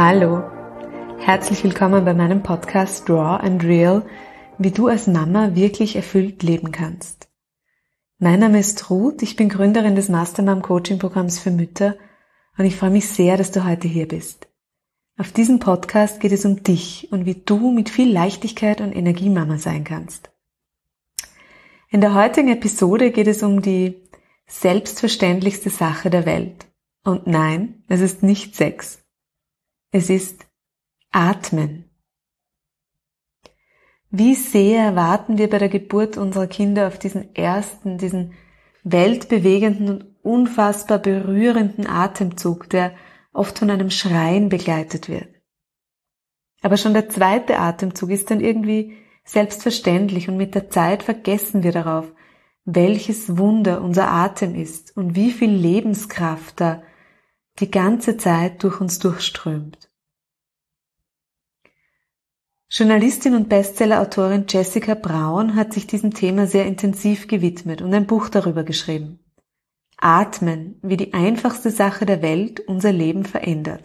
Hallo, herzlich willkommen bei meinem Podcast Raw and Real, wie du als Mama wirklich erfüllt leben kannst. Mein Name ist Ruth, ich bin Gründerin des Mastermom Coaching Programms für Mütter und ich freue mich sehr, dass du heute hier bist. Auf diesem Podcast geht es um dich und wie du mit viel Leichtigkeit und Energie Mama sein kannst. In der heutigen Episode geht es um die selbstverständlichste Sache der Welt. Und nein, es ist nicht Sex. Es ist Atmen. Wie sehr warten wir bei der Geburt unserer Kinder auf diesen weltbewegenden und unfassbar berührenden Atemzug, der oft von einem Schreien begleitet wird. Aber schon der zweite Atemzug ist dann irgendwie selbstverständlich und mit der Zeit vergessen wir darauf, welches Wunder unser Atem ist und wie viel Lebenskraft da die ganze Zeit durch uns durchströmt. Journalistin und Bestsellerautorin Jessica Braun hat sich diesem Thema sehr intensiv gewidmet und ein Buch darüber geschrieben. Atmen, wie die einfachste Sache der Welt unser Leben verändert.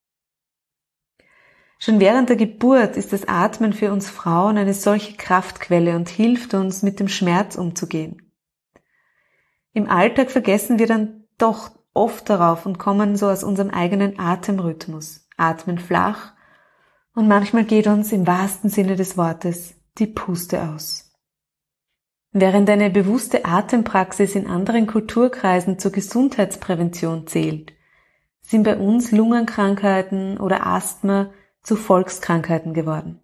Schon während der Geburt ist das Atmen für uns Frauen eine solche Kraftquelle und hilft uns, mit dem Schmerz umzugehen. Im Alltag vergessen wir dann doch oft darauf und kommen so aus unserem eigenen Atemrhythmus, atmen flach und manchmal geht uns im wahrsten Sinne des Wortes die Puste aus. Während eine bewusste Atempraxis in anderen Kulturkreisen zur Gesundheitsprävention zählt, sind bei uns Lungenkrankheiten oder Asthma zu Volkskrankheiten geworden.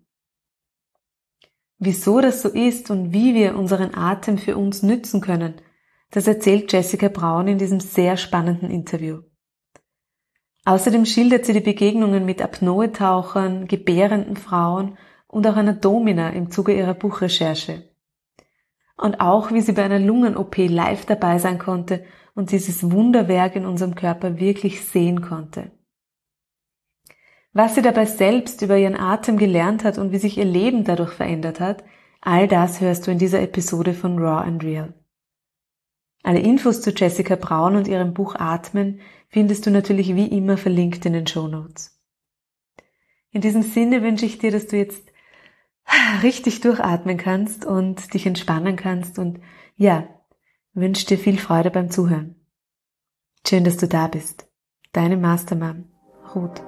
Wieso das so ist und wie wir unseren Atem für uns nützen können, das erzählt Jessica Braun in diesem sehr spannenden Interview. Außerdem schildert sie die Begegnungen mit Apnoe-Tauchern, gebärenden Frauen und auch einer Domina im Zuge ihrer Buchrecherche. Und auch, wie sie bei einer Lungen-OP live dabei sein konnte und dieses Wunderwerk in unserem Körper wirklich sehen konnte. Was sie dabei selbst über ihren Atem gelernt hat und wie sich ihr Leben dadurch verändert hat, all das hörst du in dieser Episode von Raw and Real. Alle Infos zu Jessica Braun und ihrem Buch Atmen findest du natürlich wie immer verlinkt in den Shownotes. In diesem Sinne wünsche ich dir, dass du jetzt richtig durchatmen kannst und dich entspannen kannst und ja, wünsche dir viel Freude beim Zuhören. Schön, dass du da bist. Deine Mastermom, Ruth.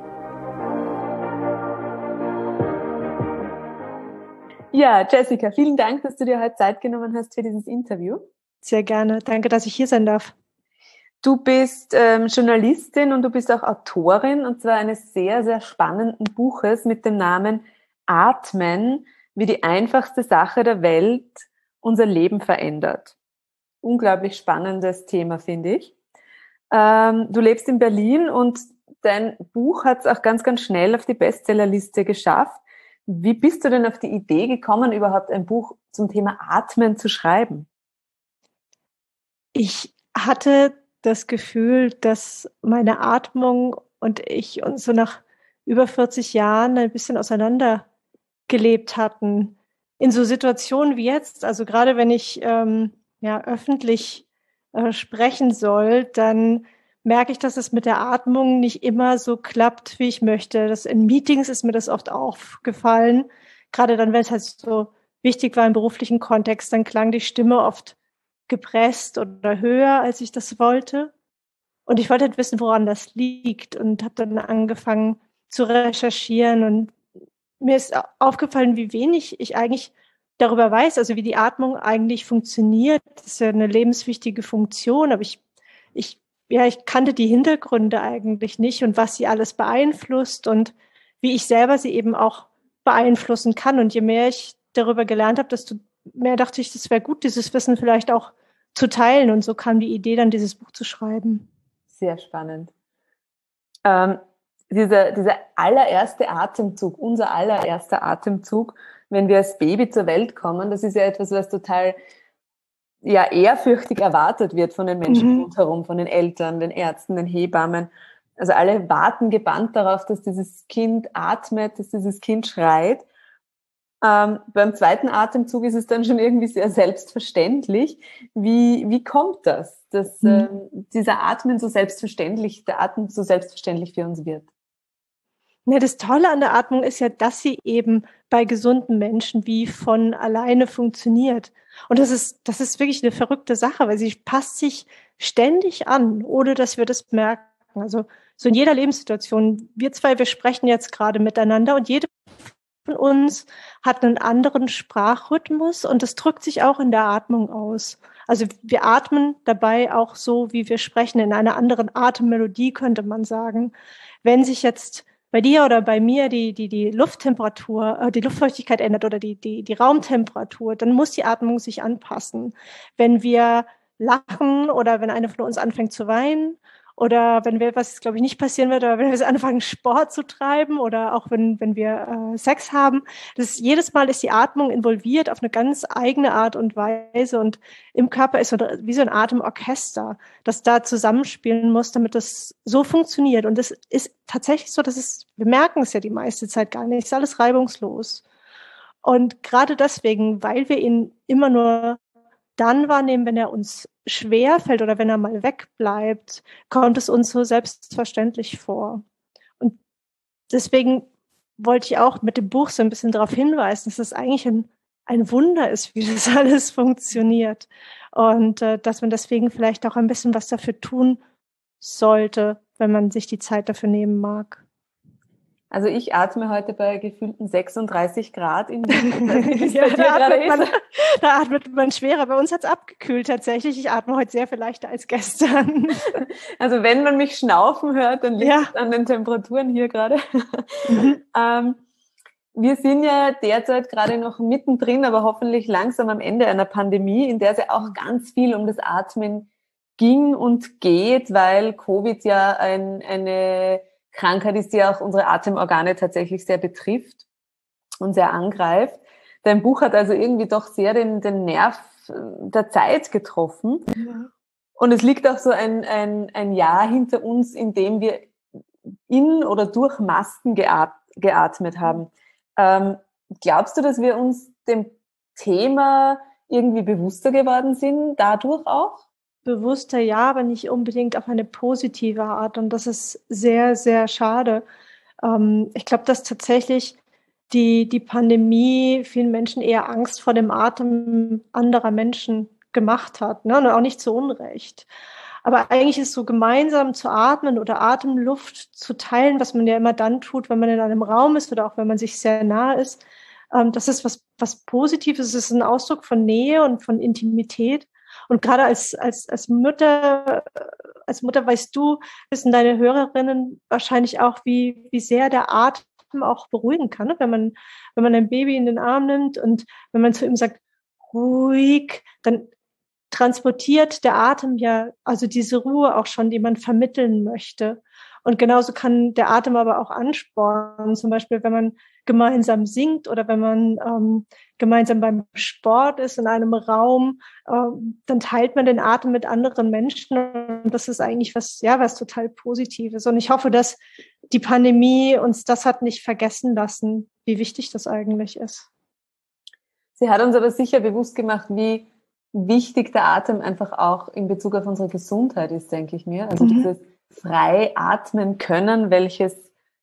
Ja, Jessica, vielen Dank, dass du dir heute Zeit genommen hast für dieses Interview. Sehr gerne. Danke, dass ich hier sein darf. Du bist Journalistin und du bist auch Autorin, und zwar eines sehr, sehr spannenden Buches mit dem Namen Atmen, wie die einfachste Sache der Welt unser Leben verändert. Unglaublich spannendes Thema, finde ich. Du lebst in Berlin und dein Buch hat es auch ganz, ganz schnell auf die Bestsellerliste geschafft. Wie bist du denn auf die Idee gekommen, überhaupt ein Buch zum Thema Atmen zu schreiben? Ich hatte das Gefühl, dass meine Atmung und ich uns so nach über 40 Jahren ein bisschen auseinander gelebt hatten. In so Situationen wie jetzt, also gerade wenn ich öffentlich sprechen soll, dann merke ich, dass es mit der Atmung nicht immer so klappt, wie ich möchte. In Meetings ist mir das oft aufgefallen, gerade dann, wenn es halt so wichtig war im beruflichen Kontext, dann klang die Stimme oft gepresst oder höher, als ich das wollte. Und ich wollte halt wissen, woran das liegt, und habe dann angefangen zu recherchieren, und mir ist aufgefallen, wie wenig ich eigentlich darüber weiß, also wie die Atmung eigentlich funktioniert. Das ist ja eine lebenswichtige Funktion, aber ich kannte die Hintergründe eigentlich nicht und was sie alles beeinflusst und wie ich selber sie eben auch beeinflussen kann. Und je mehr ich darüber gelernt habe, desto mehr dachte ich, das wäre gut, dieses Wissen vielleicht auch zu teilen. Und so kam die Idee, dann dieses Buch zu schreiben. Sehr spannend. Dieser allererste Atemzug, unser allererster Atemzug, wenn wir als Baby zur Welt kommen, das ist ja etwas, was total ehrfürchtig erwartet wird von den Menschen rundherum, von den Eltern, den Ärzten, den Hebammen. Also alle warten gebannt darauf, dass dieses Kind atmet, dass dieses Kind schreit. Beim zweiten Atemzug ist es dann schon irgendwie sehr selbstverständlich. Wie kommt das, dass dieser Atmen so selbstverständlich, der Atem so selbstverständlich für uns wird? Ja, das Tolle an der Atmung ist ja, dass sie eben bei gesunden Menschen wie von alleine funktioniert. Und das ist wirklich eine verrückte Sache, weil sie passt sich ständig an, ohne dass wir das merken. Also so in jeder Lebenssituation. Wir zwei, wir sprechen jetzt gerade miteinander und jede von uns hat einen anderen Sprachrhythmus und das drückt sich auch in der Atmung aus. Also wir atmen dabei auch so, wie wir sprechen, in einer anderen Atemmelodie, könnte man sagen. Wenn sich jetzt bei dir oder bei mir die Lufttemperatur, die Luftfeuchtigkeit ändert oder die Raumtemperatur, dann muss die Atmung sich anpassen. Wenn wir lachen oder wenn eine von uns anfängt zu weinen oder wenn wir, was glaube ich nicht passieren wird, aber wenn wir anfangen, Sport zu treiben oder auch wenn wir Sex haben, jedes Mal ist die Atmung involviert auf eine ganz eigene Art und Weise und im Körper ist so wie so ein Atemorchester, das da zusammenspielen muss, damit das so funktioniert. Und das ist tatsächlich so, wir merken es ja die meiste Zeit gar nicht, es ist alles reibungslos. Und gerade deswegen, weil wir ihn immer nur dann wahrnehmen, wenn er uns schwer fällt oder wenn er mal wegbleibt, kommt es uns so selbstverständlich vor. Und deswegen wollte ich auch mit dem Buch so ein bisschen darauf hinweisen, dass es eigentlich ein Wunder ist, wie das alles funktioniert. Und dass man deswegen vielleicht auch ein bisschen was dafür tun sollte, wenn man sich die Zeit dafür nehmen mag. Also ich atme heute bei gefühlten 36 Grad in Wien. Ja, da atmet man schwerer. Bei uns hat es abgekühlt tatsächlich. Ich atme heute sehr viel leichter als gestern. Also wenn man mich schnaufen hört, dann liegt es an den Temperaturen hier gerade. Wir sind ja derzeit gerade noch mittendrin, aber hoffentlich langsam am Ende einer Pandemie, in der es ja auch ganz viel um das Atmen ging und geht, weil Covid ja eine Krankheit ist, die auch unsere Atemorgane tatsächlich sehr betrifft und sehr angreift. Dein Buch hat also irgendwie doch sehr den Nerv der Zeit getroffen. Ja. Und es liegt auch so ein Jahr hinter uns, in dem wir in oder durch Masken geatmet haben. Glaubst du, dass wir uns dem Thema irgendwie bewusster geworden sind, dadurch auch? Bewusster, ja, aber nicht unbedingt auf eine positive Art. Und das ist sehr, sehr schade. Ich glaube, dass tatsächlich die Pandemie vielen Menschen eher Angst vor dem Atem anderer Menschen gemacht hat, ne? Und auch nicht zu Unrecht. Aber eigentlich ist so gemeinsam zu atmen oder Atemluft zu teilen, was man ja immer dann tut, wenn man in einem Raum ist oder auch wenn man sich sehr nahe ist. Das ist was Positives. Es ist ein Ausdruck von Nähe und von Intimität. Und gerade als Mutter weißt du, wissen deine Hörerinnen wahrscheinlich auch, wie sehr der Atem auch beruhigen kann, ne? Wenn man ein Baby in den Arm nimmt und wenn man zu ihm sagt, ruhig, dann transportiert der Atem ja also diese Ruhe auch schon, die man vermitteln möchte. Und genauso kann der Atem aber auch anspornen, zum Beispiel, wenn man gemeinsam singt oder wenn man gemeinsam beim Sport ist in einem Raum, dann teilt man den Atem mit anderen Menschen und das ist eigentlich was total Positives. Und ich hoffe, dass die Pandemie uns das hat nicht vergessen lassen, wie wichtig das eigentlich ist. Sie hat uns aber sicher bewusst gemacht, wie wichtig der Atem einfach auch in Bezug auf unsere Gesundheit ist, denke ich mir. Also dieses frei atmen können, welcher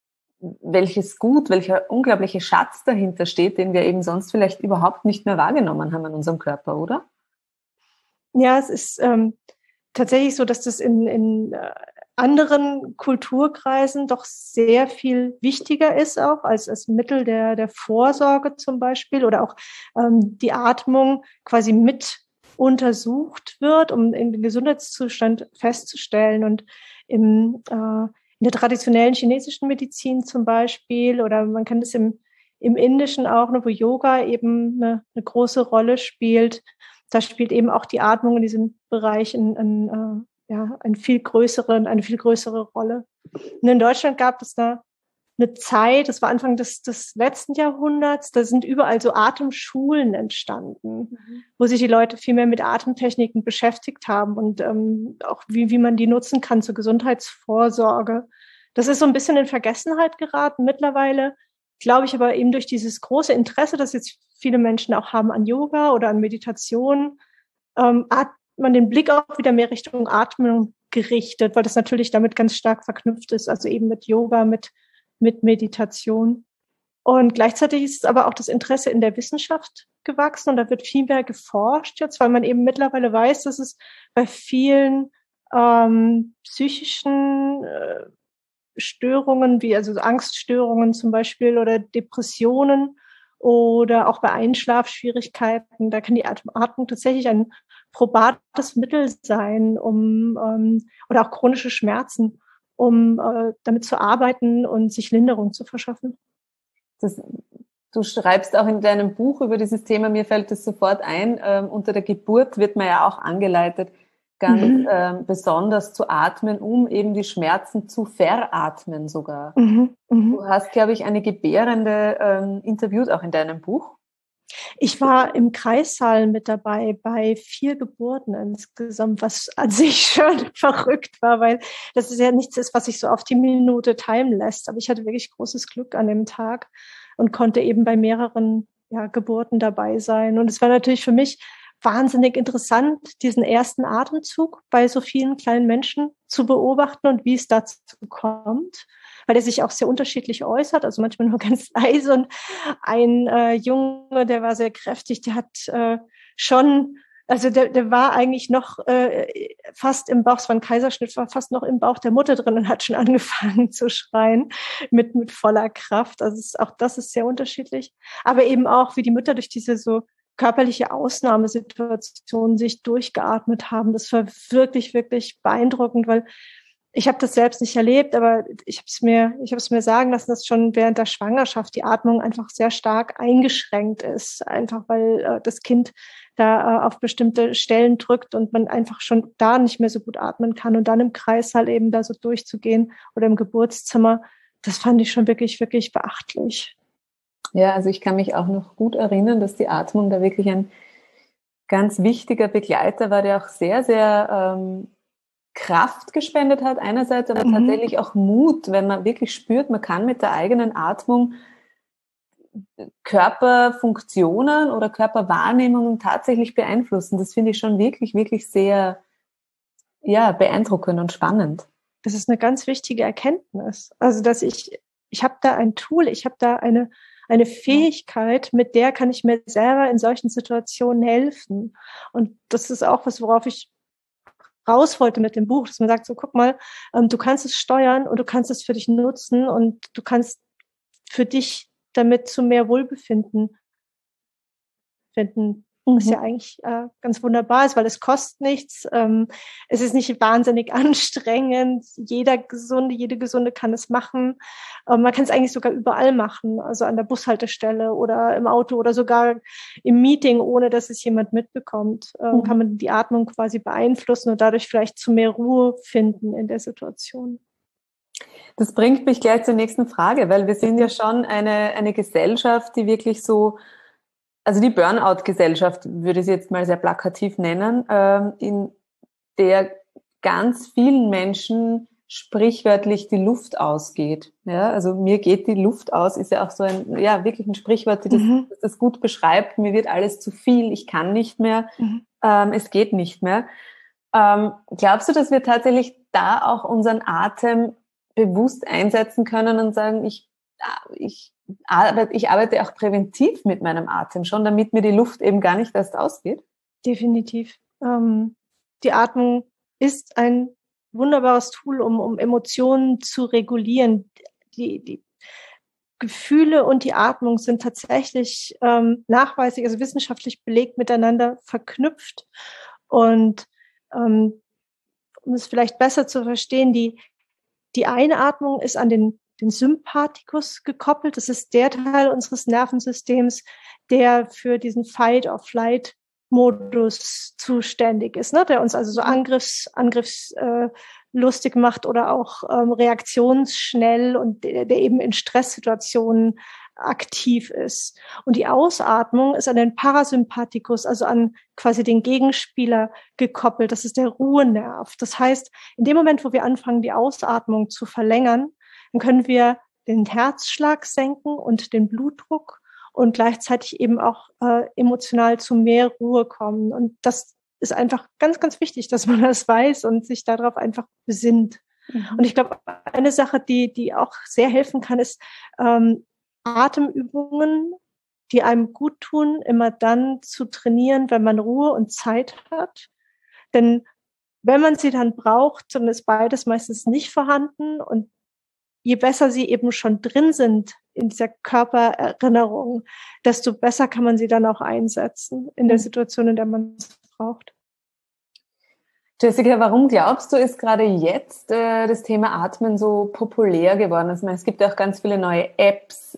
unglaubliche Schatz dahinter steht, den wir eben sonst vielleicht überhaupt nicht mehr wahrgenommen haben in unserem Körper, oder? Ja, es ist tatsächlich so, dass das in anderen Kulturkreisen doch sehr viel wichtiger ist auch als Mittel der Vorsorge zum Beispiel oder auch die Atmung quasi mit untersucht wird, um den Gesundheitszustand festzustellen. Und in der traditionellen chinesischen Medizin zum Beispiel oder man kennt es im Indischen auch, wo Yoga eben eine große Rolle spielt. Da spielt eben auch die Atmung in diesem Bereich eine viel größere Rolle. Und in Deutschland gab es da eine Zeit, das war Anfang des letzten Jahrhunderts, da sind überall so Atemschulen entstanden, wo sich die Leute viel mehr mit Atemtechniken beschäftigt haben und auch wie man die nutzen kann zur Gesundheitsvorsorge. Das ist so ein bisschen in Vergessenheit geraten mittlerweile, glaube ich, aber eben durch dieses große Interesse, das jetzt viele Menschen auch haben an Yoga oder an Meditation, hat man den Blick auch wieder mehr Richtung Atmung gerichtet, weil das natürlich damit ganz stark verknüpft ist, also eben mit Yoga, mit mit Meditation. Und gleichzeitig ist aber auch das Interesse in der Wissenschaft gewachsen und da wird viel mehr geforscht jetzt, weil man eben mittlerweile weiß, dass es bei vielen psychischen Störungen, wie also Angststörungen zum Beispiel oder Depressionen oder auch bei Einschlafschwierigkeiten, da kann die Atmung tatsächlich ein probates Mittel sein, oder auch chronische Schmerzen, damit zu arbeiten und sich Linderung zu verschaffen. Du schreibst auch in deinem Buch über dieses Thema, mir fällt das sofort ein, unter der Geburt wird man ja auch angeleitet, ganz besonders zu atmen, um eben die Schmerzen zu veratmen sogar. Du hast, glaube ich, eine Gebärende interviewt, auch in deinem Buch. Ich war im Kreissaal mit dabei bei 4 Geburten insgesamt, was an sich schon verrückt war, weil das ist ja nichts ist, was sich so auf die Minute timen lässt. Aber ich hatte wirklich großes Glück an dem Tag und konnte eben bei mehreren Geburten dabei sein. Und es war natürlich für mich wahnsinnig interessant, diesen ersten Atemzug bei so vielen kleinen Menschen zu beobachten und wie es dazu kommt, weil er sich auch sehr unterschiedlich äußert, also manchmal nur ganz leise. Und ein Junge, der war sehr kräftig, der hat der war eigentlich noch fast im Bauch, es war ein Kaiserschnitt, war fast noch im Bauch der Mutter drin und hat schon angefangen zu schreien mit voller Kraft. Also auch das ist sehr unterschiedlich. Aber eben auch, wie die Mütter durch diese so körperliche Ausnahmesituation sich durchgeatmet haben. Das war wirklich, wirklich beeindruckend, weil ich habe das selbst nicht erlebt, aber ich habe es mir sagen lassen, dass schon während der Schwangerschaft die Atmung einfach sehr stark eingeschränkt ist, einfach weil das Kind da auf bestimmte Stellen drückt und man einfach schon da nicht mehr so gut atmen kann und dann im Kreissaal eben da so durchzugehen oder im Geburtszimmer, das fand ich schon wirklich, wirklich beachtlich. Ja, also ich kann mich auch noch gut erinnern, dass die Atmung da wirklich ein ganz wichtiger Begleiter war, der auch sehr, sehr Kraft gespendet hat einerseits, aber tatsächlich auch Mut, wenn man wirklich spürt, man kann mit der eigenen Atmung Körperfunktionen oder Körperwahrnehmungen tatsächlich beeinflussen. Das finde ich schon wirklich, wirklich sehr beeindruckend und spannend. Das ist eine ganz wichtige Erkenntnis. Also, dass ich habe da ein Tool, ich habe da eine Fähigkeit, mit der kann ich mir selber in solchen Situationen helfen. Und das ist auch was, worauf ich raus wollte mit dem Buch, dass man sagt, so guck mal, du kannst es steuern und du kannst es für dich nutzen und du kannst für dich damit zu mehr Wohlbefinden finden. Was ja eigentlich ganz wunderbar ist, weil es kostet nichts. Es ist nicht wahnsinnig anstrengend. Jede Gesunde kann es machen. Man kann es eigentlich sogar überall machen, also an der Bushaltestelle oder im Auto oder sogar im Meeting, ohne dass es jemand mitbekommt. Kann man die Atmung quasi beeinflussen und dadurch vielleicht zu mehr Ruhe finden in der Situation. Das bringt mich gleich zur nächsten Frage, weil wir sind ja schon eine Gesellschaft, die wirklich so, also die Burnout-Gesellschaft würde ich sie jetzt mal sehr plakativ nennen, in der ganz vielen Menschen sprichwörtlich die Luft ausgeht. Ja, also mir geht die Luft aus, ist ja auch so wirklich ein Sprichwort, das gut beschreibt. Mir wird alles zu viel, ich kann nicht mehr, es geht nicht mehr. Glaubst du, dass wir tatsächlich da auch unseren Atem bewusst einsetzen können und sagen, ich arbeite auch präventiv mit meinem Atem schon, damit mir die Luft eben gar nicht erst ausgeht? Definitiv. Die Atmung ist ein wunderbares Tool, um Emotionen zu regulieren. Die Gefühle und die Atmung sind tatsächlich nachweislich, also wissenschaftlich belegt miteinander verknüpft. Und um es vielleicht besser zu verstehen, die Einatmung ist an den Sympathikus gekoppelt. Das ist der Teil unseres Nervensystems, der für diesen Fight-or-Flight-Modus zuständig ist, ne? Der uns also so angriffslustig macht oder auch reaktionsschnell und der eben in Stresssituationen aktiv ist. Und die Ausatmung ist an den Parasympathikus, also an quasi den Gegenspieler gekoppelt. Das ist der Ruhenerv. Das heißt, in dem Moment, wo wir anfangen, die Ausatmung zu verlängern, dann können wir den Herzschlag senken und den Blutdruck und gleichzeitig eben auch emotional zu mehr Ruhe kommen. Und das ist einfach ganz, ganz wichtig, dass man das weiß und sich darauf einfach besinnt. Und ich glaube, eine Sache, die auch sehr helfen kann, ist Atemübungen, die einem gut tun, immer dann zu trainieren, wenn man Ruhe und Zeit hat. Denn wenn man sie dann braucht, dann ist beides meistens nicht vorhanden. Und je besser sie eben schon drin sind in dieser Körpererinnerung, desto besser kann man sie dann auch einsetzen in der Situation, in der man es braucht. Jessica, warum glaubst du, ist gerade jetzt das Thema Atmen so populär geworden? Also, ich meine, es gibt ja auch ganz viele neue Apps,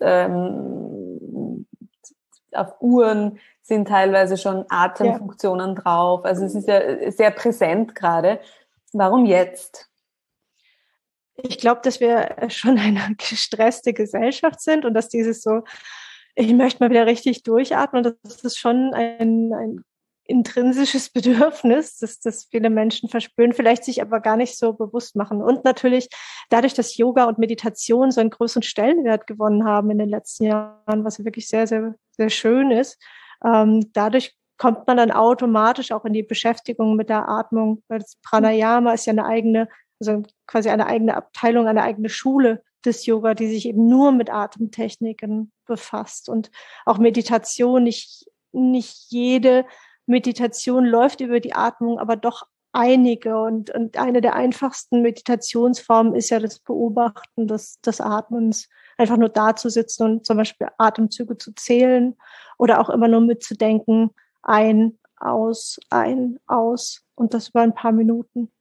auf Uhren sind teilweise schon Atemfunktionen drauf. Also es ist ja sehr präsent gerade. Warum jetzt? Ich glaube, dass wir schon eine gestresste Gesellschaft sind und dass dieses so, ich möchte mal wieder richtig durchatmen, das ist schon ein intrinsisches Bedürfnis, das viele Menschen verspüren, vielleicht sich aber gar nicht so bewusst machen. Und natürlich dadurch, dass Yoga und Meditation so einen größeren Stellenwert gewonnen haben in den letzten Jahren, was wirklich sehr, sehr, sehr schön ist, dadurch kommt man dann automatisch auch in die Beschäftigung mit der Atmung, weil das Pranayama ist ja eine eigene, also quasi eine eigene Abteilung, eine eigene Schule des Yoga, die sich eben nur mit Atemtechniken befasst. Und auch Meditation, nicht jede Meditation läuft über die Atmung, aber doch einige. Und eine der einfachsten Meditationsformen ist ja das Beobachten des Atmens. Einfach nur da zu sitzen und zum Beispiel Atemzüge zu zählen oder auch immer nur mitzudenken, ein, aus und das über ein paar Minuten.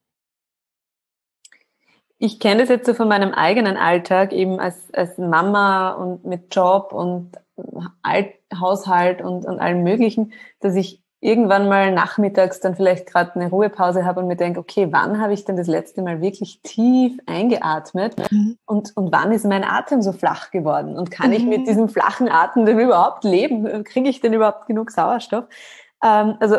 Ich kenne das jetzt so von meinem eigenen Alltag, eben als Mama und mit Job und Haushalt und allem Möglichen, dass ich irgendwann mal nachmittags dann vielleicht gerade eine Ruhepause habe und mir denke, okay, wann habe ich denn das letzte Mal wirklich tief eingeatmet und wann ist mein Atem so flach geworden? Und kann ich mit diesem flachen Atem denn überhaupt leben? Kriege ich denn überhaupt genug Sauerstoff? Also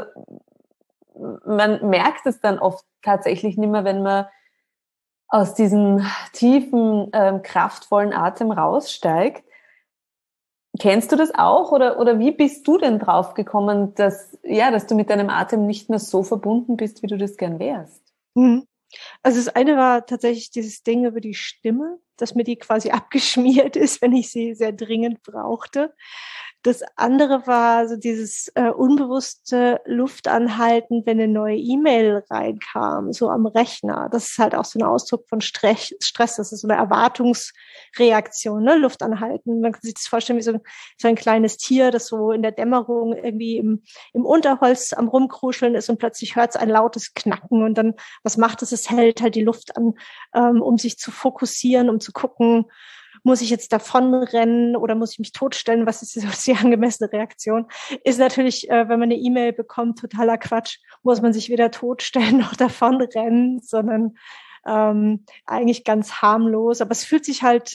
man merkt es dann oft tatsächlich nicht mehr, wenn man aus diesem tiefen, kraftvollen Atem raussteigt. Kennst du das auch oder wie bist du denn drauf gekommen, dass du mit deinem Atem nicht mehr so verbunden bist, wie du das gern wärst? Also das eine war tatsächlich dieses Ding über die Stimme, dass mir die quasi abgeschmiert ist, wenn ich sie sehr dringend brauchte. Das andere war so dieses unbewusste Luftanhalten, wenn eine neue E-Mail reinkam, so am Rechner. Das ist halt auch so ein Ausdruck von Stress. Das ist so eine Erwartungsreaktion, ne? Luft anhalten. Man kann sich das vorstellen wie so ein kleines Tier, das so in der Dämmerung irgendwie im Unterholz am Rumkruscheln ist und plötzlich hört es ein lautes Knacken und dann, was macht es? Es hält halt die Luft an, um sich zu fokussieren, um zu gucken, muss ich jetzt davonrennen oder muss ich mich totstellen? Was ist die angemessene Reaktion? Ist natürlich, wenn man eine E-Mail bekommt, totaler Quatsch. Muss man sich weder totstellen noch davonrennen, sondern eigentlich ganz harmlos. Aber es fühlt sich halt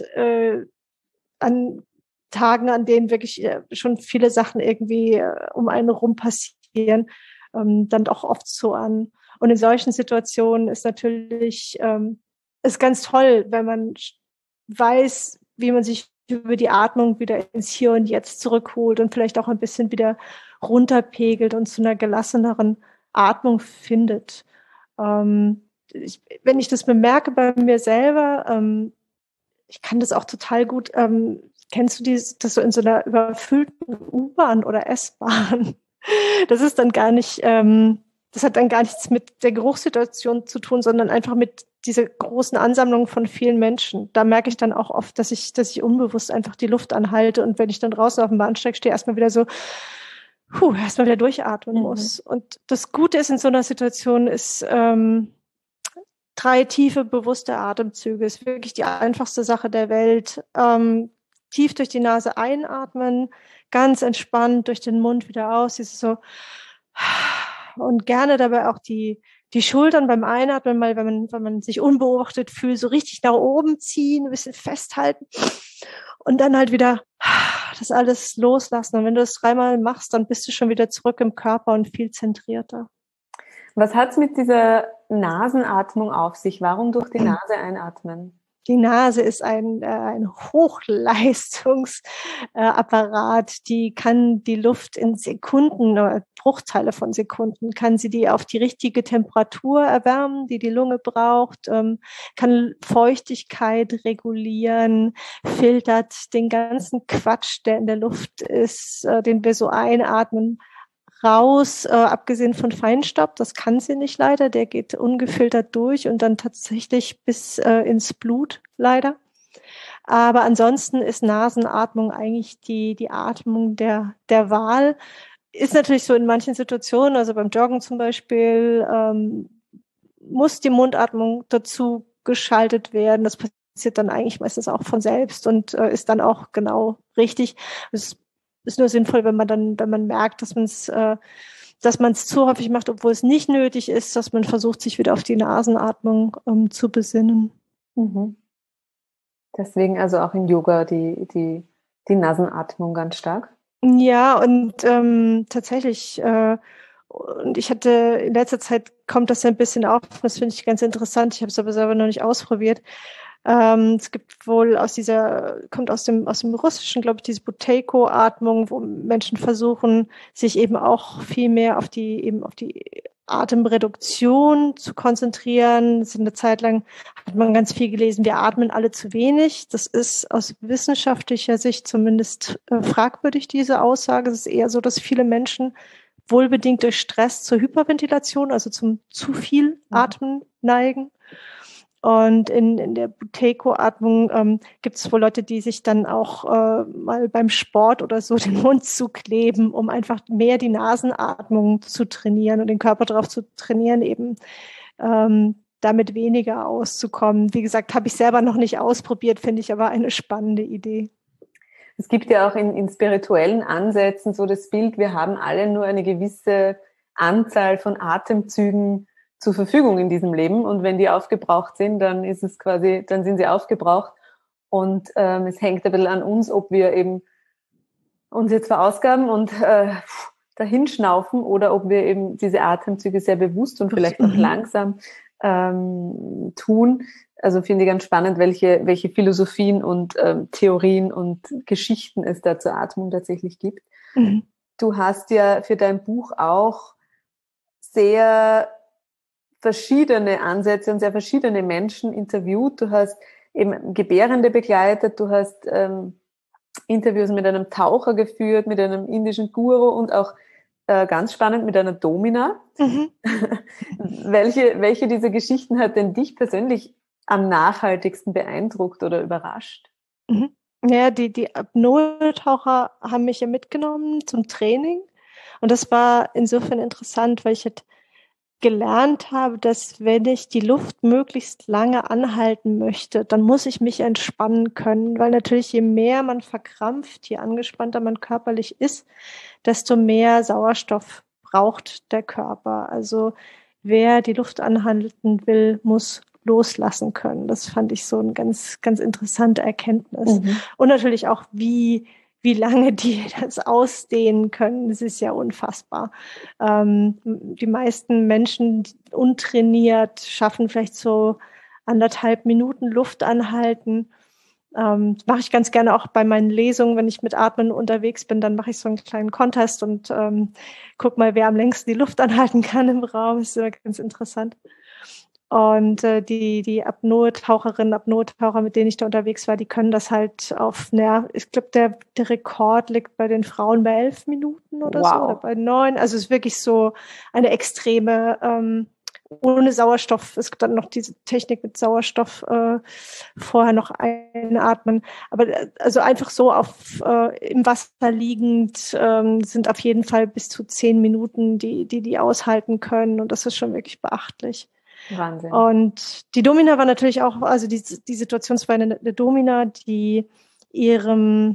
an Tagen, an denen wirklich schon viele Sachen irgendwie um einen rum passieren, dann doch oft so an. Und in solchen Situationen ist natürlich ist ganz toll, wenn man weiß, wie man sich über die Atmung wieder ins Hier und Jetzt zurückholt und vielleicht auch ein bisschen wieder runterpegelt und zu einer gelasseneren Atmung findet. Wenn ich das bemerke bei mir selber, ich kann das auch total gut, kennst du das so in so einer überfüllten U-Bahn oder S-Bahn? Das ist dann gar nicht, das hat dann gar nichts mit der Geruchssituation zu tun, sondern einfach mit dieser großen Ansammlung von vielen Menschen. Da merke ich dann auch oft, dass ich unbewusst einfach die Luft anhalte und wenn ich dann draußen auf dem Bahnsteig stehe, erstmal wieder so, erstmal wieder durchatmen muss. Und das Gute ist in so einer Situation ist 3 tiefe, bewusste Atemzüge. Ist wirklich die einfachste Sache der Welt. Tief durch die Nase einatmen, ganz entspannt durch den Mund wieder aus. Ist so und gerne dabei auch die Schultern beim Einatmen mal, wenn man sich unbeobachtet fühlt, so richtig nach oben ziehen, ein bisschen festhalten und dann halt wieder das alles loslassen. Und wenn du das 3-mal machst, dann bist du schon wieder zurück im Körper und viel zentrierter. Was hat's mit dieser Nasenatmung auf sich? Warum durch die Nase einatmen? Die Nase ist ein Hochleistungsapparat, die kann die Luft in Sekunden oder Bruchteile von Sekunden, kann sie die auf die richtige Temperatur erwärmen, die die Lunge braucht, kann Feuchtigkeit regulieren, filtert den ganzen Quatsch, der in der Luft ist, den wir so einatmen, raus, abgesehen von Feinstaub, das kann sie nicht leider, der geht ungefiltert durch und dann tatsächlich bis ins Blut leider. Aber ansonsten ist Nasenatmung eigentlich die Atmung der Wahl. Ist natürlich so in manchen Situationen, also beim Joggen zum Beispiel, muss die Mundatmung dazu geschaltet werden. Das passiert dann eigentlich meistens auch von selbst und ist dann auch genau richtig. Es ist nur sinnvoll, wenn man merkt, dass man es zu häufig macht, obwohl es nicht nötig ist, dass man versucht, sich wieder auf die Nasenatmung zu besinnen. Mhm. Deswegen also auch in Yoga die Nasenatmung ganz stark. Ja, und tatsächlich, und ich hatte in letzter Zeit kommt das ein bisschen auf, das finde ich ganz interessant, ich habe es aber selber noch nicht ausprobiert. Es gibt wohl kommt aus dem Russischen, glaube ich, diese Buteyko-Atmung, wo Menschen versuchen, sich eben auch viel mehr auf die Atemreduktion zu konzentrieren. Eine Zeit lang hat man ganz viel gelesen, wir atmen alle zu wenig. Das ist aus wissenschaftlicher Sicht zumindest fragwürdig, diese Aussage. Es ist eher so, dass viele Menschen wohlbedingt durch Stress zur Hyperventilation, also zum zu viel Atmen neigen. Und in der Buteyko-Atmung gibt es wohl Leute, die sich dann auch mal beim Sport oder so den Mund zukleben, um einfach mehr die Nasenatmung zu trainieren und den Körper darauf zu trainieren, eben damit weniger auszukommen. Wie gesagt, habe ich selber noch nicht ausprobiert, finde ich aber eine spannende Idee. Es gibt ja auch in spirituellen Ansätzen so das Bild, wir haben alle nur eine gewisse Anzahl von Atemzügen zur Verfügung in diesem Leben und wenn die aufgebraucht sind, dann sind sie aufgebraucht und es hängt ein bisschen an uns, ob wir eben uns jetzt verausgaben und dahin schnaufen oder ob wir eben diese Atemzüge sehr bewusst und vielleicht auch langsam tun. Also finde ich ganz spannend, welche Philosophien und Theorien und Geschichten es da zur Atmung tatsächlich gibt. Mhm. Du hast ja für dein Buch auch sehr verschiedene Ansätze und sehr verschiedene Menschen interviewt. Du hast eben Gebärende begleitet, du hast Interviews mit einem Taucher geführt, mit einem indischen Guru und auch ganz spannend mit einer Domina. Mhm. Welche dieser Geschichten hat denn dich persönlich am nachhaltigsten beeindruckt oder überrascht? Mhm. Ja, die Apnoe-Taucher haben mich ja mitgenommen zum Training und das war insofern interessant, weil ich halt gelernt habe, dass wenn ich die Luft möglichst lange anhalten möchte, dann muss ich mich entspannen können, weil natürlich je mehr man verkrampft, je angespannter man körperlich ist, desto mehr Sauerstoff braucht der Körper. Also wer die Luft anhalten will, muss loslassen können. Das fand ich so eine ganz, ganz interessante Erkenntnis. Mhm. Und natürlich auch, wie lange die das ausdehnen können, das ist ja unfassbar. Die meisten Menschen untrainiert schaffen vielleicht so 1,5 Minuten Luft anhalten. Mache ich ganz gerne auch bei meinen Lesungen, wenn ich mit Atmen unterwegs bin, dann mache ich so einen kleinen Contest und guck mal, wer am längsten die Luft anhalten kann im Raum. Das ist immer ganz interessant. Und die Apnoe-Taucherinnen, Apnoe-Taucher, mit denen ich da unterwegs war, die können das halt ich glaube, der Rekord liegt bei den Frauen bei 11 Minuten oder so, oder bei 9. Also es ist wirklich so eine extreme, ohne Sauerstoff. Es gibt dann noch diese Technik mit Sauerstoff vorher noch einatmen. Aber also einfach so im Wasser liegend sind auf jeden Fall bis zu 10 Minuten, die aushalten können. Und das ist schon wirklich beachtlich. Wahnsinn. Und die Domina war natürlich auch, also die Situation, es war eine Domina, die ihrem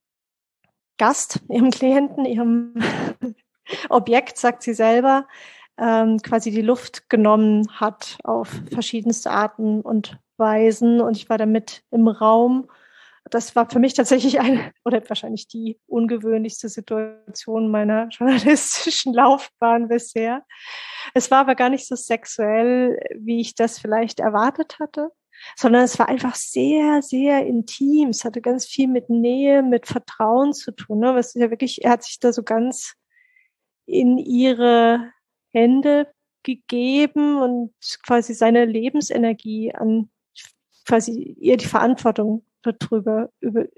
Gast, ihrem Klienten, ihrem Objekt, sagt sie selber, quasi die Luft genommen hat auf verschiedenste Arten und Weisen. Und ich war damit im Raum. Das war für mich tatsächlich oder wahrscheinlich die ungewöhnlichste Situation meiner journalistischen Laufbahn bisher. Es war aber gar nicht so sexuell, wie ich das vielleicht erwartet hatte. sondern es war einfach sehr, sehr intim. Es hatte ganz viel mit Nähe, mit Vertrauen zu tun. Ne? Was ja wirklich, er hat sich da so ganz in ihre Hände gegeben und quasi seine Lebensenergie an quasi ihr die Verantwortung darüber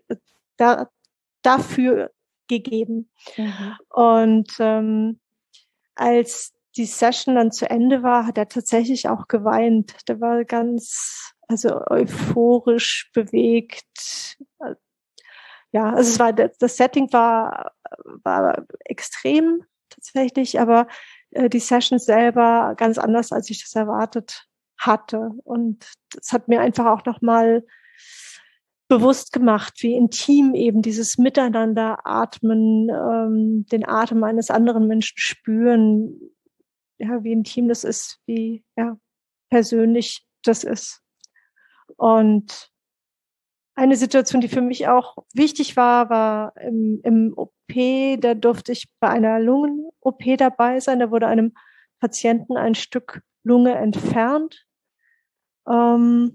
dafür gegeben. Und als die Session dann zu Ende war, hat er tatsächlich auch geweint. Der war ganz, also euphorisch bewegt. Ja, also es war, das Setting war extrem tatsächlich, aber die Session selber ganz anders, als ich das erwartet hatte. Und das hat mir einfach auch nochmal bewusst gemacht, wie intim eben dieses Miteinander atmen, den Atem eines anderen Menschen spüren, ja, wie intim das ist, wie persönlich das ist. Und eine Situation, die für mich auch wichtig war im OP, da durfte ich bei einer Lungen-OP dabei sein. Da wurde einem Patienten ein Stück Lunge entfernt. Und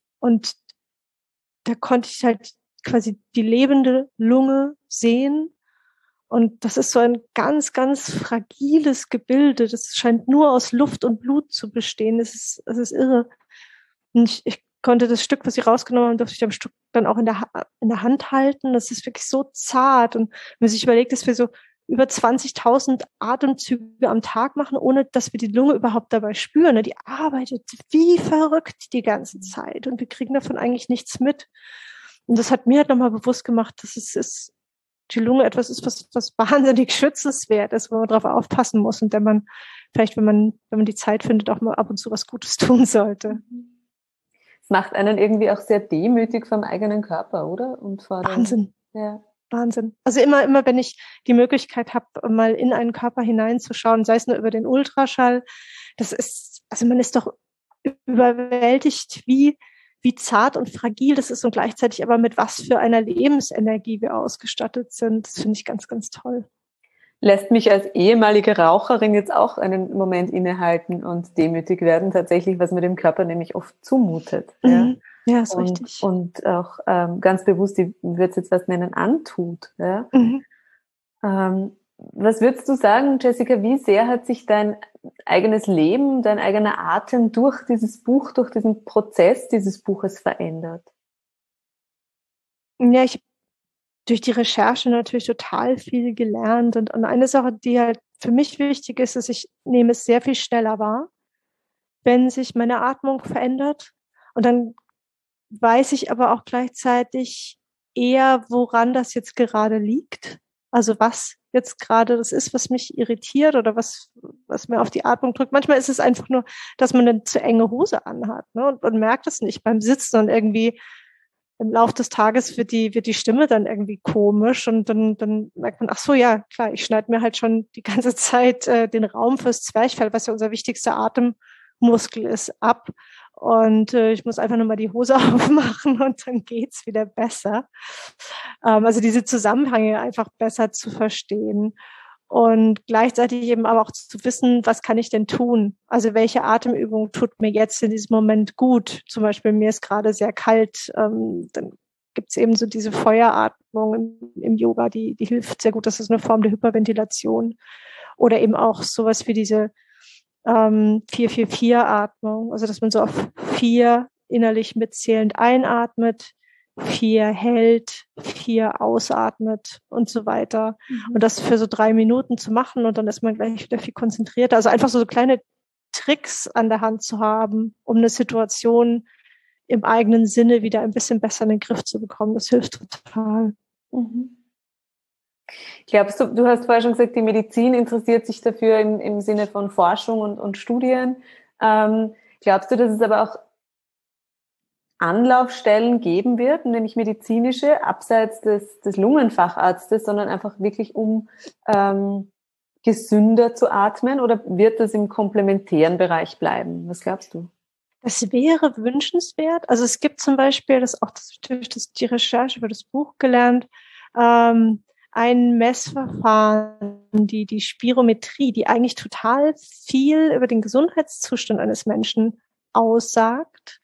da konnte ich halt quasi die lebende Lunge sehen. Und das ist so ein ganz, ganz fragiles Gebilde. Das scheint nur aus Luft und Blut zu bestehen. Das ist irre. Und ich konnte das Stück, was sie rausgenommen haben, durfte ich am Stück dann auch in der Hand halten. Das ist wirklich so zart. Und wenn man sich überlegt, dass wir so über 20.000 Atemzüge am Tag machen, ohne dass wir die Lunge überhaupt dabei spüren. Die arbeitet wie verrückt die ganze Zeit und wir kriegen davon eigentlich nichts mit. Und das hat mir halt nochmal bewusst gemacht, dass die Lunge etwas ist, was wahnsinnig schützenswert ist, wo man drauf aufpassen muss und wenn man vielleicht, wenn man die Zeit findet, auch mal ab und zu was Gutes tun sollte. Es macht einen irgendwie auch sehr demütig vom eigenen Körper, oder? Und vor Wahnsinn. Ja. Wahnsinn. Also immer, wenn ich die Möglichkeit habe, mal in einen Körper hineinzuschauen, sei es nur über den Ultraschall, das ist, also man ist doch überwältigt, wie zart und fragil das ist und gleichzeitig aber mit was für einer Lebensenergie wir ausgestattet sind. Das finde ich ganz, ganz toll. Lässt mich als ehemalige Raucherin jetzt auch einen Moment innehalten und demütig werden, tatsächlich, was man dem Körper nämlich oft zumutet. Mhm. Ja, ist richtig. Und auch ganz bewusst, ich würde es jetzt was nennen, antut. Ja? Mhm. Was würdest du sagen, Jessica, wie sehr hat sich dein eigenes Leben, dein eigener Atem durch dieses Buch, durch diesen Prozess dieses Buches verändert? Ja, ich habe durch die Recherche natürlich total viel gelernt und eine Sache, die halt für mich wichtig ist, ist, ich nehme es sehr viel schneller wahr, wenn sich meine Atmung verändert und dann weiß ich aber auch gleichzeitig eher, woran das jetzt gerade liegt. Also was jetzt gerade das ist, was mich irritiert oder was mir auf die Atmung drückt. Manchmal ist es einfach nur, dass man eine zu enge Hose anhat, ne? Und man merkt es nicht beim Sitzen und irgendwie im Laufe des Tages wird die Stimme dann irgendwie komisch und dann merkt man, ach so, ja, klar, ich schneide mir halt schon die ganze Zeit den Raum fürs Zwerchfell, was ja unser wichtigster Atemmuskel ist, ab. Und ich muss einfach nur mal die Hose aufmachen und dann geht's wieder besser. Also diese Zusammenhänge einfach besser zu verstehen und gleichzeitig eben aber auch zu wissen, was kann ich denn tun? Also welche Atemübung tut mir jetzt in diesem Moment gut? Zum Beispiel mir ist gerade sehr kalt, dann gibt's eben so diese Feueratmung im Yoga, die hilft sehr gut. Das ist eine Form der Hyperventilation. Oder eben auch sowas wie diese 4-4-4-Atmung, also dass man so auf 4 innerlich mitzählend einatmet, 4 hält, 4 ausatmet und so weiter. Mhm. Und das für so 3 Minuten zu machen und dann ist man gleich wieder viel konzentrierter. Also einfach so kleine Tricks an der Hand zu haben, um eine Situation im eigenen Sinne wieder ein bisschen besser in den Griff zu bekommen. Das hilft total. Mhm. Glaubst du hast vorher schon gesagt, die Medizin interessiert sich dafür im Sinne von Forschung und Studien. Glaubst du, dass es aber auch Anlaufstellen geben wird, nämlich medizinische, abseits des Lungenfacharztes, sondern einfach wirklich um gesünder zu atmen, oder wird das im komplementären Bereich bleiben? Was glaubst du? Das wäre wünschenswert. Also es gibt zum Beispiel, die Recherche über das Buch gelernt, ein Messverfahren, die Spirometrie, die eigentlich total viel über den Gesundheitszustand eines Menschen aussagt.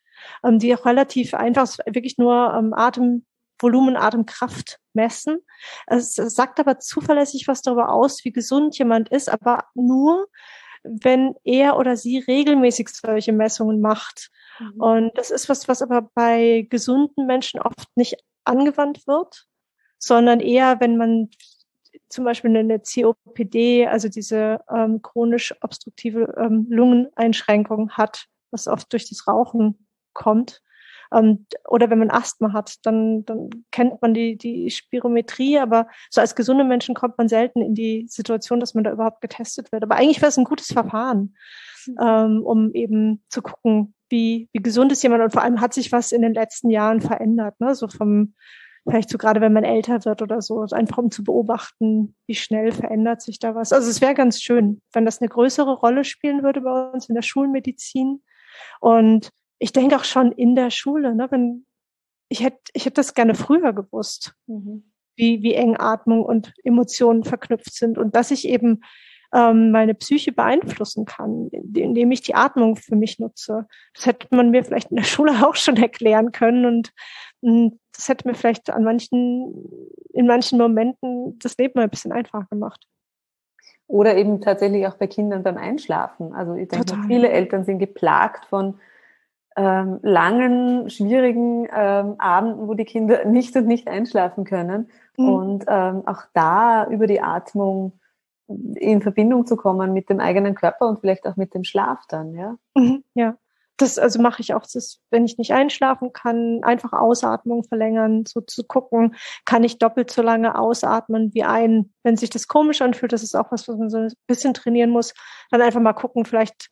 die auch relativ einfach, wirklich nur Atemvolumen, Atemkraft messen. Es sagt aber zuverlässig was darüber aus, wie gesund jemand ist, aber nur, wenn er oder sie regelmäßig solche Messungen macht. Und das ist was aber bei gesunden Menschen oft nicht angewandt wird, sondern eher, wenn man zum Beispiel eine COPD, also diese chronisch obstruktive Lungeneinschränkung hat, was oft durch das Rauchen kommt. Oder wenn man Asthma hat, dann kennt man die Spirometrie, aber so als gesunde Menschen kommt man selten in die Situation, dass man da überhaupt getestet wird. Aber eigentlich wäre es ein gutes Verfahren, um eben zu gucken, wie gesund ist jemand, und vor allem hat sich was in den letzten Jahren verändert, ne? So vielleicht so gerade wenn man älter wird oder so, einfach um zu beobachten, wie schnell verändert sich da was. Also es wäre ganz schön, wenn das eine größere Rolle spielen würde bei uns in der Schulmedizin. Und ich denke auch schon in der Schule, ne, ich hätte das gerne früher gewusst, wie eng Atmung und Emotionen verknüpft sind und dass ich eben meine Psyche beeinflussen kann, indem ich die Atmung für mich nutze. Das hätte man mir vielleicht in der Schule auch schon erklären können, und das hätte mir vielleicht in manchen Momenten das Leben ein bisschen einfacher gemacht. Oder eben tatsächlich auch bei Kindern beim Einschlafen. Also ich denke, viele Eltern sind geplagt von langen, schwierigen Abenden, wo die Kinder nicht einschlafen können. Und auch da über die Atmung in Verbindung zu kommen mit dem eigenen Körper und vielleicht auch mit dem Schlaf dann, ja? Ja, das also mache ich auch, wenn ich nicht einschlafen kann, einfach Ausatmung verlängern, so zu gucken, kann ich doppelt so lange ausatmen wie wenn sich das komisch anfühlt, das ist auch was man so ein bisschen trainieren muss, dann einfach mal gucken, vielleicht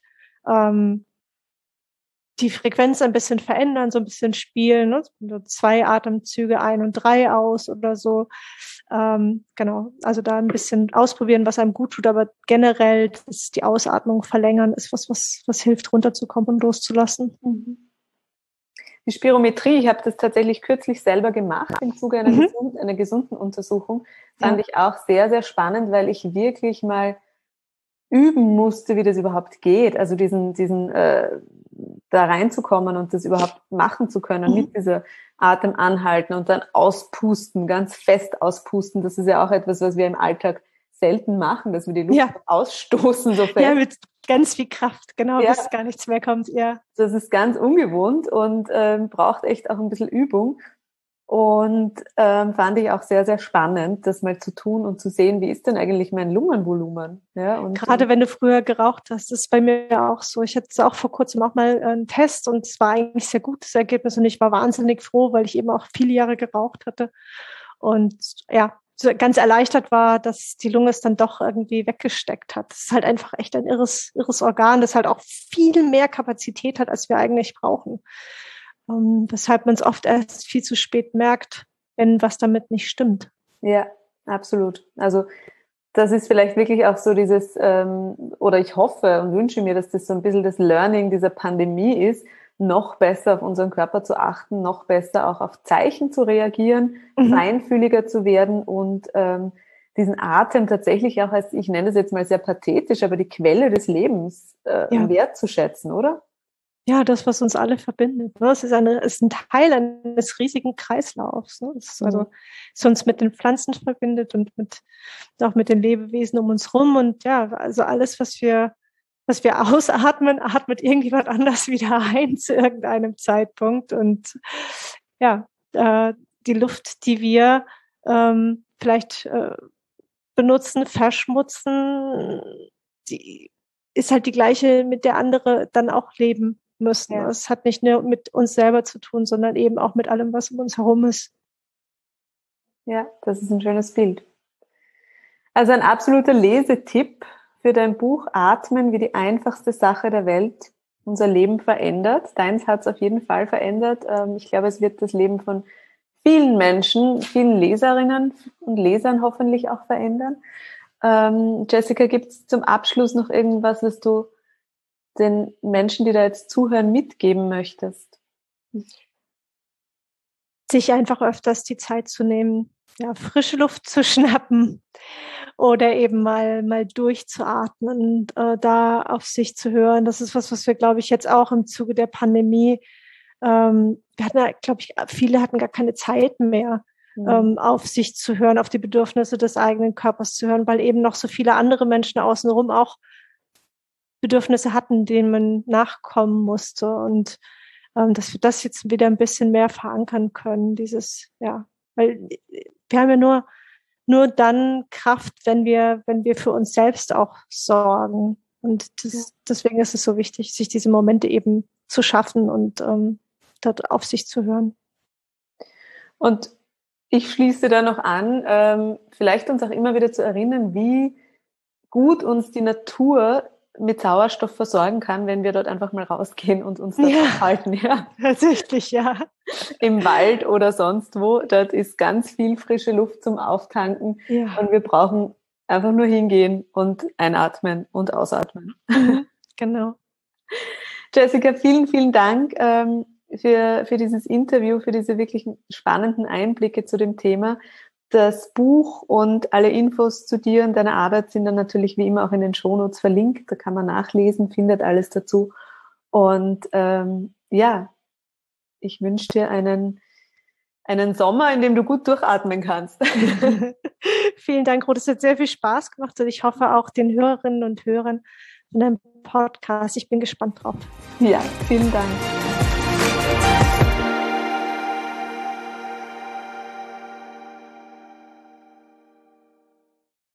die Frequenz ein bisschen verändern, so ein bisschen spielen, ne? 2 Atemzüge 1 und 3 aus oder so. Genau, also da ein bisschen ausprobieren, was einem gut tut, aber generell die Ausatmung verlängern ist was hilft, runterzukommen und loszulassen. Die Spirometrie, ich habe das tatsächlich kürzlich selber gemacht im Zuge einer gesunden Untersuchung. Fand ich auch sehr, sehr spannend, weil ich wirklich mal üben musste, wie das überhaupt geht. Also da reinzukommen und das überhaupt machen zu können mit dieser Atem anhalten und dann auspusten, ganz fest auspusten. Das ist ja auch etwas, was wir im Alltag selten machen, dass wir die Luft ausstoßen so fest. Ja, mit ganz viel Kraft, genau, bis gar nichts mehr kommt. Ja. Das ist ganz ungewohnt und braucht echt auch ein bisschen Übung. Und fand ich auch sehr, sehr spannend, das mal zu tun und zu sehen, wie ist denn eigentlich mein Lungenvolumen? Ja, und gerade wenn du früher geraucht hast, das ist bei mir auch so. Ich hatte auch vor kurzem auch mal einen Test und es war eigentlich sehr gutes Ergebnis und ich war wahnsinnig froh, weil ich eben auch viele Jahre geraucht hatte und ja, so ganz erleichtert war, dass die Lunge es dann doch irgendwie weggesteckt hat. Das ist halt einfach echt ein irres Organ, das halt auch viel mehr Kapazität hat, als wir eigentlich brauchen. Weshalb man es oft erst viel zu spät merkt, wenn was damit nicht stimmt. Ja, absolut. Also das ist vielleicht wirklich auch so dieses, oder ich hoffe und wünsche mir, dass das so ein bisschen das Learning dieser Pandemie ist, noch besser auf unseren Körper zu achten, noch besser auch auf Zeichen zu reagieren, feinfühliger zu werden und diesen Atem tatsächlich auch als, ich nenne es jetzt mal sehr pathetisch, aber die Quelle des Lebens wertzuschätzen, oder? Ja, das, was uns alle verbindet. Ne? Es ist ein Teil eines riesigen Kreislaufs. Ne? Es ist uns mit den Pflanzen verbindet und auch mit den Lebewesen um uns rum. Und ja, also alles, was wir ausatmen, atmet irgendjemand anders wieder ein zu irgendeinem Zeitpunkt. Und ja, die Luft, die wir vielleicht benutzen, verschmutzen, die ist halt die gleiche, mit der andere dann auch leben müssen. Ja. Es hat nicht nur mit uns selber zu tun, sondern eben auch mit allem, was um uns herum ist. Ja, das ist ein schönes Bild. Also ein absoluter Lesetipp für dein Buch Atmen wie die einfachste Sache der Welt unser Leben verändert. Deins hat es auf jeden Fall verändert. Ich glaube, es wird das Leben von vielen Menschen, vielen Leserinnen und Lesern hoffentlich auch verändern. Jessica, gibt es zum Abschluss noch irgendwas, was du den Menschen, die da jetzt zuhören, mitgeben möchtest? Sich einfach öfters die Zeit zu nehmen, ja, frische Luft zu schnappen oder eben mal durchzuatmen und da auf sich zu hören. Das ist was wir, glaube ich, jetzt auch im Zuge der Pandemie wir hatten ja, glaube ich, viele hatten gar keine Zeit mehr, auf sich zu hören, auf die Bedürfnisse des eigenen Körpers zu hören, weil eben noch so viele andere Menschen außenrum auch Bedürfnisse hatten, denen man nachkommen musste. Und dass wir das jetzt wieder ein bisschen mehr verankern können, weil wir haben ja nur dann Kraft, wenn wir für uns selbst auch sorgen. Und deswegen ist es so wichtig, sich diese Momente eben zu schaffen und dort auf sich zu hören. Und ich schließe da noch an, vielleicht uns auch immer wieder zu erinnern, wie gut uns die Natur mit Sauerstoff versorgen kann, wenn wir dort einfach mal rausgehen und uns da aufhalten. Ja, tatsächlich, ja. Im Wald oder sonst wo, dort ist ganz viel frische Luft zum Auftanken und wir brauchen einfach nur hingehen und einatmen und ausatmen. Genau. Jessica, vielen, vielen Dank für dieses Interview, für diese wirklich spannenden Einblicke zu dem Thema. Das Buch und alle Infos zu dir und deiner Arbeit sind dann natürlich wie immer auch in den Shownotes verlinkt. Da kann man nachlesen, findet alles dazu. Und ich wünsche dir einen Sommer, in dem du gut durchatmen kannst. Vielen Dank, Ruth. Es hat sehr viel Spaß gemacht und ich hoffe auch den Hörerinnen und Hörern von deinem Podcast. Ich bin gespannt drauf. Ja, vielen Dank.